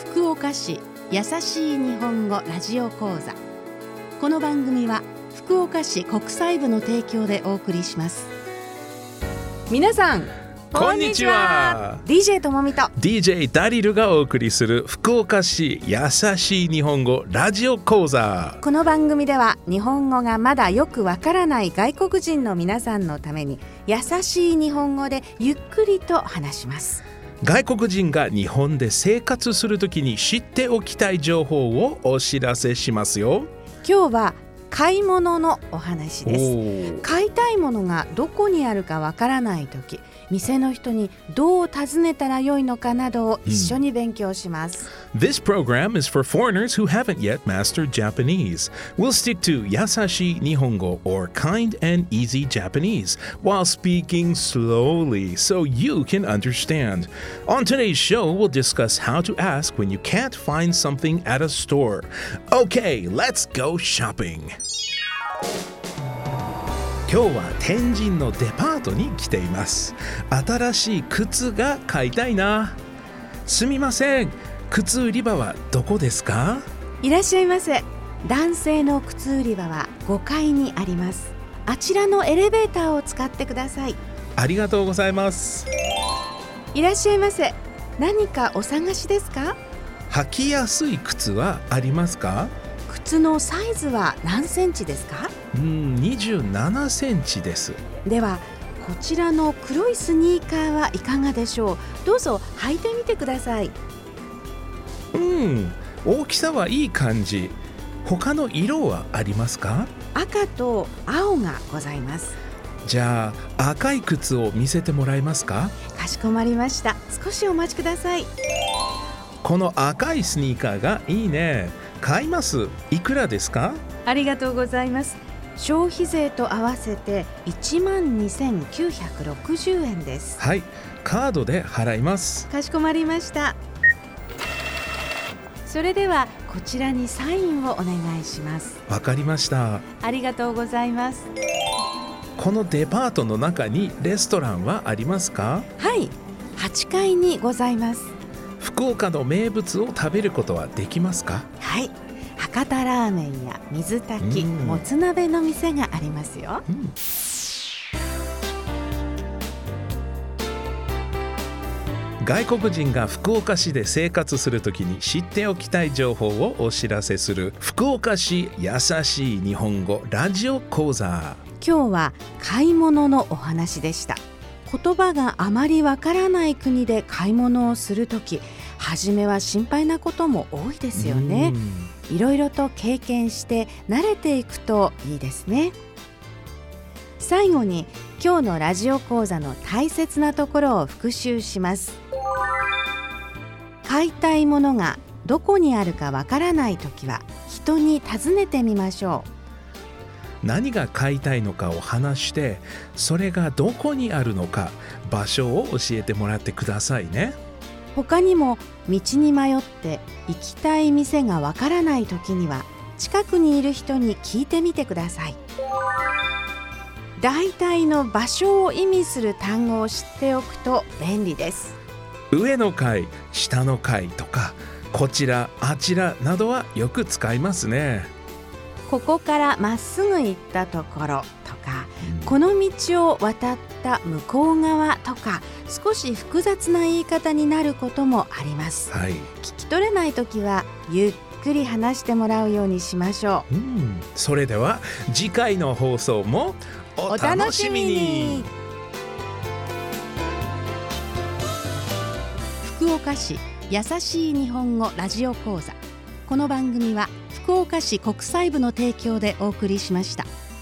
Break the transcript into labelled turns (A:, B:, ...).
A: 福岡市やさしい日本語ラジオ講座。この番組は福岡市国際部の提供でお送りします。皆さん
B: こんにちは。
A: DJ ともみと
B: DJ ダリルがお送りする福岡市やさしい日本語ラジオ講座。
A: この番組では日本語がまだよくわからない外国人の皆さんのために優しい日本語でゆっくりと話します。
B: 外国人が日本で生活するときに知っておきたい情報をお知らせしますよ。
A: 今日は買い物のお話です。買いたいものがどこにあるかわからないとき、店の人にどう尋ねたらよいのかなどを一緒に勉強します。
B: This program is for foreigners who haven't yet mastered Japanese. We'll stick to 優しい日本語 or kind and easy Japanese while speaking slowly so you can understand. On today's show, we'll discuss how to ask when you can't find something at a store. Okay, let's go shopping. 今日は天神のデパートに来ています。新しい靴が買いたいな。すみません、靴売り場はどこですか？
A: いらっしゃいませ。男性の靴売り場は5階にあります。あちらのエレベーターを使ってください。
B: ありがとうございます。
A: いらっしゃいませ。何かお探しですか？
B: 履きやすい靴はありますか？
A: 靴のサイズは何センチですか
B: ？27センチです。
A: ではこちらの黒いスニーカーはいかがでしょう？どうぞ履いてみてください。
B: 大きさはいい感じ。他の色はありますか？
A: 赤と青がございます。
B: じゃあ赤い靴を見せてもらえますか？
A: かしこまりました。少しお待ちください。
B: この赤いスニーカーがいいね。買います。いくらですか？
A: ありがとうございます。消費税と合わせて12,960円です。
B: はい、カードで払います。
A: かしこまりました。それではこちらにサインをお願いします。
B: わかりました。
A: ありがとうございます。
B: このデパートの中にレストランはありますか？
A: はい、8階にございます。
B: 福岡の名物を食べることはできますか？
A: はい、博多ラーメンや水炊き、もつ鍋の店がありますよ。
B: 外国人が福岡市で生活するときに知っておきたい情報をお知らせする福岡市やさしい日本語ラジオ講座。
A: 今日は買い物のお話でした。言葉があまりわからない国で買い物をするとき、初めは心配なことも多いですよね。いろいろと経験して慣れていくといいですね。最後に今日のラジオ講座の大切なところを復習します。買いたいものがどこにあるかわからないときは人に尋ねてみましょう。
B: 何が買いたいのかを話して、それがどこにあるのか場所を教えてもらってくださいね。
A: 他にも道に迷って行きたい店がわからないときには近くにいる人に聞いてみてください。大体の場所を意味する単語を知っておくと便利です。
B: 上の階、下の階とか、こちら、あちらなどはよく使いますね。
A: ここからまっすぐ行ったところとか、この道を渡った向こう側とか、少し複雑な言い方になることもあります。
B: はい、
A: 聞き取れないときはゆっくり話してもらうようにしましょう。
B: それでは次回の放送もお楽しみに。
A: 福岡市やさしい日本語ラジオ講座。この番組は福岡市国際部の提供でお送りしました。